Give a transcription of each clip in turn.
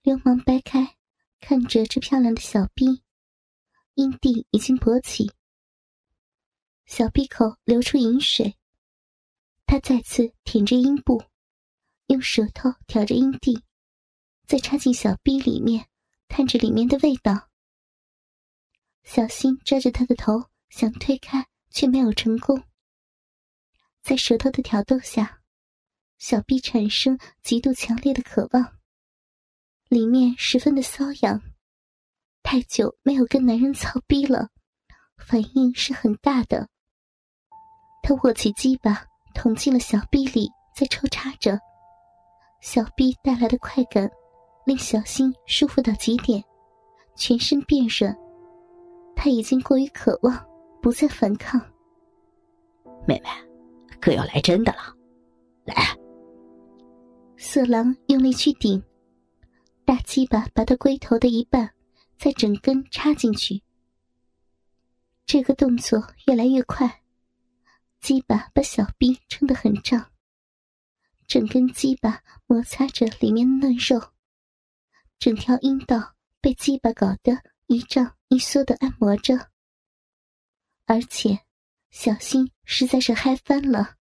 流氓掰开，看着这漂亮的小臂，阴蒂已经勃起，小臂口流出饮水，他再次舔着阴部，用舌头挑着阴蒂，再插进小臂里面，探着里面的味道。小心抓着他的头想推开，却没有成功。在舌头的挑逗下，小臂产生极度强烈的渴望，里面十分的瘙痒，太久没有跟男人操逼了，反应是很大的。他握起鸡巴捅进了小臂里，在抽插着，小臂带来的快感令小新舒服到极点，全身变软。他已经过于渴望，不再反抗。 妹妹，哥要来真的了，来。 色狼用力去顶，大鸡巴把他龟头的一半再整根插进去。这个动作越来越快，鸡巴把小臂撑得很胀，整根鸡巴摩擦着里面的嫩肉，整条阴道被鸡巴搞得一胀一缩地按摩着。而且小新实在是嗨翻了，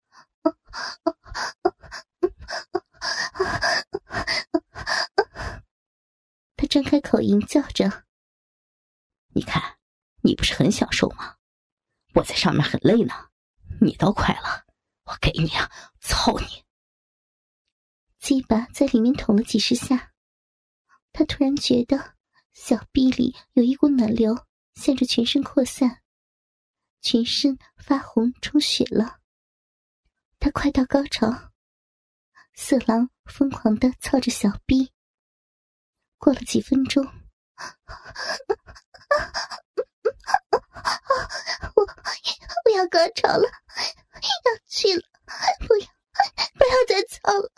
他张开口淫叫着： 你看，你不是很享受吗？我在上面很累呢，你倒快了，我给你啊，操你！ 鸡巴在里面捅了几十下，他突然觉得小臂里有一股暖流向着全身扩散，全身发红充血了。他快到高潮，色狼疯狂地操着小臂。过了几分钟，我要高潮了，要去了，不要再操了。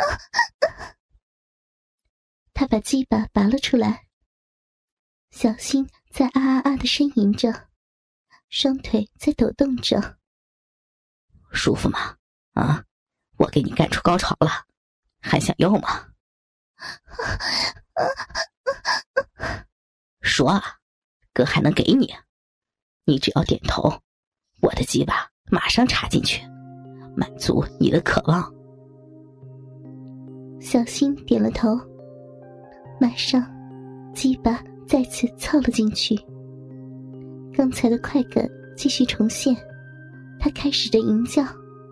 他把鸡巴拔了出来，小新在啊啊啊的呻吟着，双腿在抖动着。 舒服吗？啊，我给你干出高潮了，还想要吗？说啊，哥还能给你，你只要点头，我的鸡巴马上插进去，满足你的渴望。 小新点了头，马上鸡巴再次凑了进去，刚才的快感继续重现，他开始着淫叫。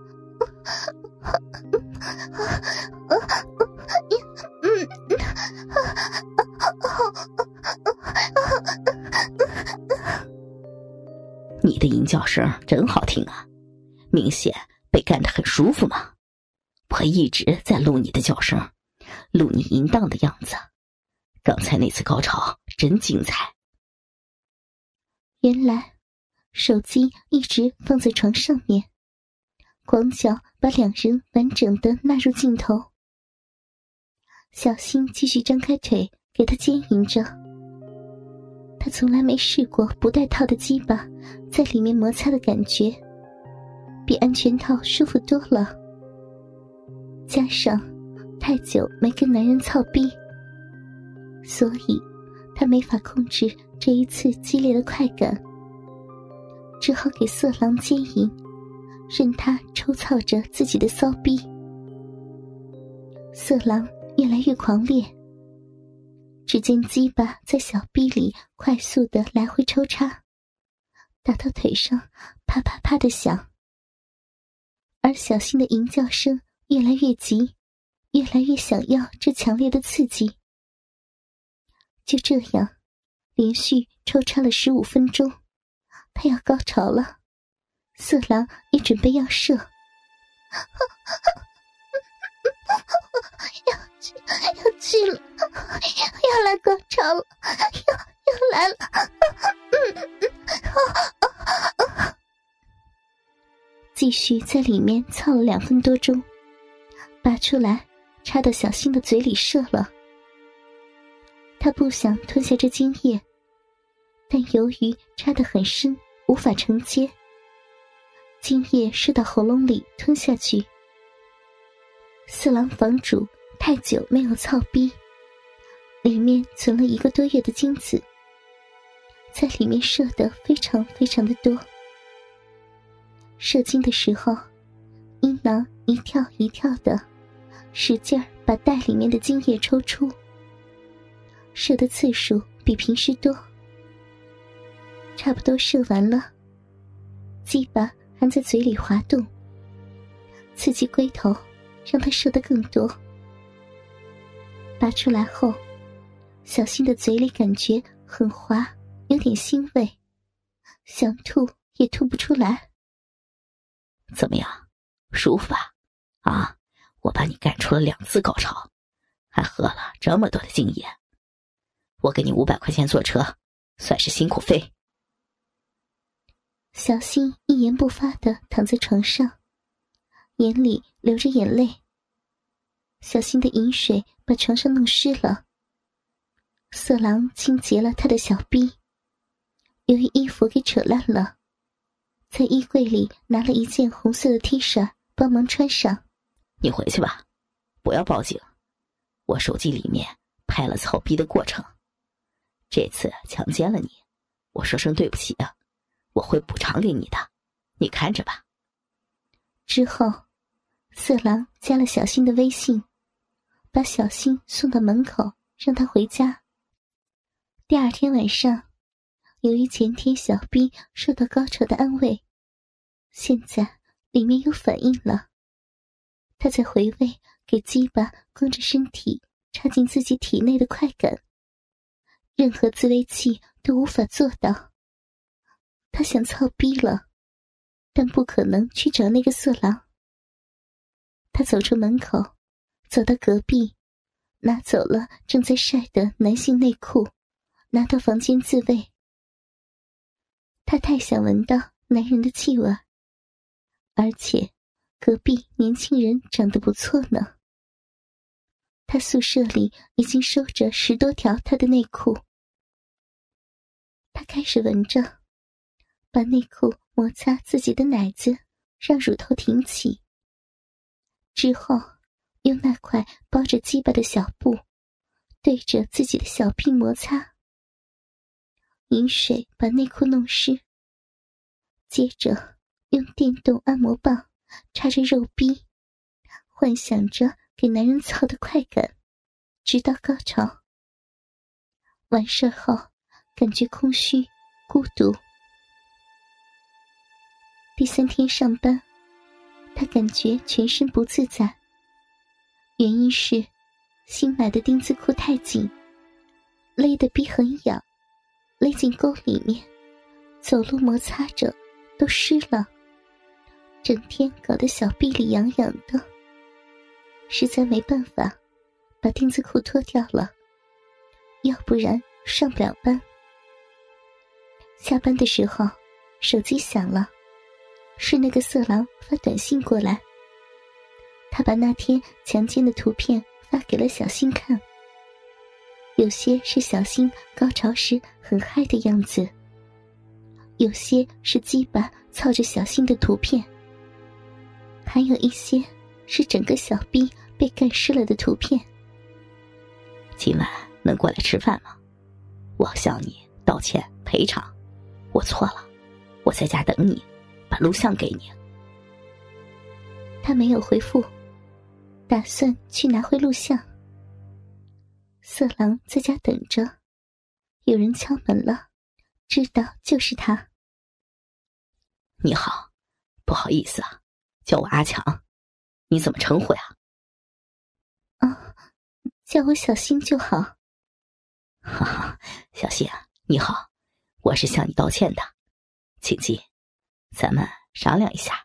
你的淫叫声真好听啊，明显被干得很舒服嘛。我一直在录你的叫声，录你淫荡的样子，刚才那次高潮真精彩。 原来手机一直放在床上面，广角把两人完整的纳入镜头。小新继续张开腿给他奸淫着，他从来没试过不带套的鸡巴在里面摩擦的感觉，比安全套舒服多了。加上太久没跟男人操逼，所以他没法控制这一次激烈的快感，只好给色狼奸淫，任他抽操着自己的骚逼。色狼越来越狂烈，只见鸡巴在小逼里快速地来回抽插，打到腿上啪啪啪地响，而小新的淫叫声越来越急，越来越想要这强烈的刺激。就这样连续抽插了15分钟，他要高潮了，色狼也准备要射。要去了，要来高潮了，要来了。继续在里面操了2分多钟，拔出来插到小新的嘴里射了。他不想吞下这精液，但由于插得很深，无法承接，精液射到喉咙里吞下去。四郎房主太久没有操逼， 里面存了1个多月的精子，在里面射得非常非常的多。射精的时候，阴囊一跳一跳的，使劲儿把袋里面的精液抽出，射的次数比平时多。差不多射完了，鸡巴还在嘴里滑动，刺激龟头，让它射得更多。拔出来后，小新的嘴里感觉很滑，有点腥味，想吐也吐不出来。 怎么样，舒服吧？啊，我把你干出了2次高潮，还喝了这么多的精液，我给你500块钱坐车，算是辛苦费。 小新一言不发地躺在床上，眼里流着眼泪。小新的饮水把床上弄湿了，色狼清洁了他的小逼，由于衣服给扯烂了，在衣柜里拿了一件红色的 T 恤帮忙穿上。 你回去吧，不要报警，我手机里面拍了操逼的过程。这次强奸了你，我说声对不起啊，我会补偿给你的，你看着吧。 之后，色狼加了小新的微信，把小新送到门口，让他回家。第2天晚上，由于前天小逼受到高潮的安慰，现在里面有反应了。他在回味给鸡巴光着身体插进自己体内的快感，任何自慰器都无法做到。他想操逼了，但不可能去找那个色狼。他走出门口，走到隔壁，拿走了正在晒的男性内裤，拿到房间自慰。他太想闻到男人的气味，而且隔壁年轻人长得不错呢。他宿舍里已经收着10多条他的内裤。他开始闻着，把内裤摩擦自己的奶子，让乳头挺起，之后用那块包着鸡巴的小布对着自己的小臂摩擦，饮水把内裤弄湿，接着用电动按摩棒插着肉逼，幻想着给男人操的快感，直到高潮。完事后感觉空虚孤独。第3天上班，他感觉全身不自在，原因是新买的丁字裤太紧，勒得逼很痒，勒进沟里面，走路摩擦着都湿了，整天搞得小臂里痒痒的。实在没办法，把丁字裤脱掉了，要不然上不了班。下班的时候，手机响了，是那个色狼发短信过来。他把那天强奸的图片发给了小新看，有些是小新高潮时很嗨的样子，有些是鸡巴操着小新的图片，还有一些是整个小逼被干湿了的图片。 今晚能过来吃饭吗？我要向你道歉赔偿，我错了，我在家等你，把录像给你。 他没有回复，打算去拿回录像。色狼在家等着，有人敲门了，知道就是他。 你好，不好意思啊，叫我阿强，你怎么称呼呀？ 叫我小新就好。 哈哈，小新啊，你好，我是向你道歉的，请进，咱们商量一下。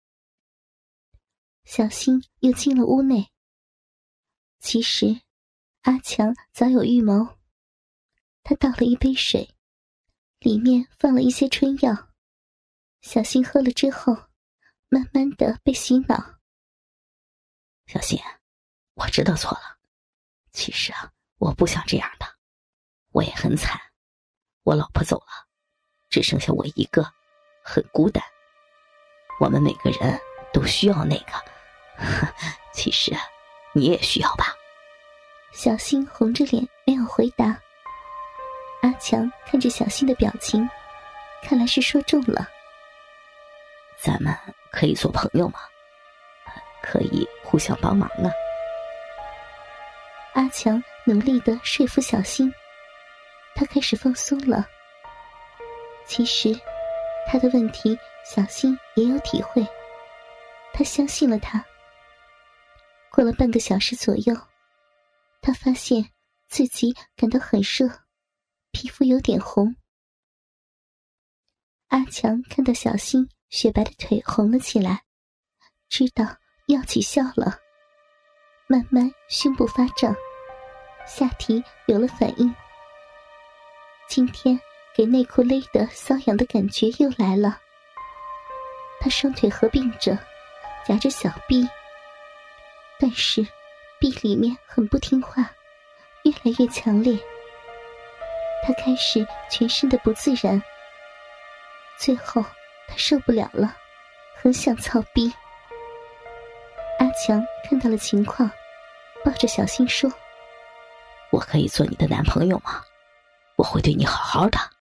小新又进了屋内。其实阿强早有预谋，他倒了一杯水，里面放了一些春药，小新喝了之后慢慢的被洗脑。 小新，我知道错了，其实啊，我不想这样的，我也很惨，我老婆走了，只剩下我一个，很孤单，我们每个人都需要那个，其实你也需要吧。 小新红着脸没有回答。阿强看着小新的表情，看来是说中了。 咱们可以做朋友吗？可以互相帮忙啊。 阿强努力地说服小新，他开始放松了。其实他的问题小新也有体会，他相信了他。过了半个小时左右，他发现自己感到很热，皮肤有点红。阿强看到小新雪白的腿红了起来，知道要起效了，慢慢胸部发胀，下体有了反应。今天给内裤勒得瘙痒的感觉又来了。他双腿合并着，夹着小臂，但是臂里面很不听话，越来越强烈。他开始全身的不自然，最后他受不了了，很想操逼。阿强看到了情况，抱着小新说： 我可以做你的男朋友吗？我会对你好好的。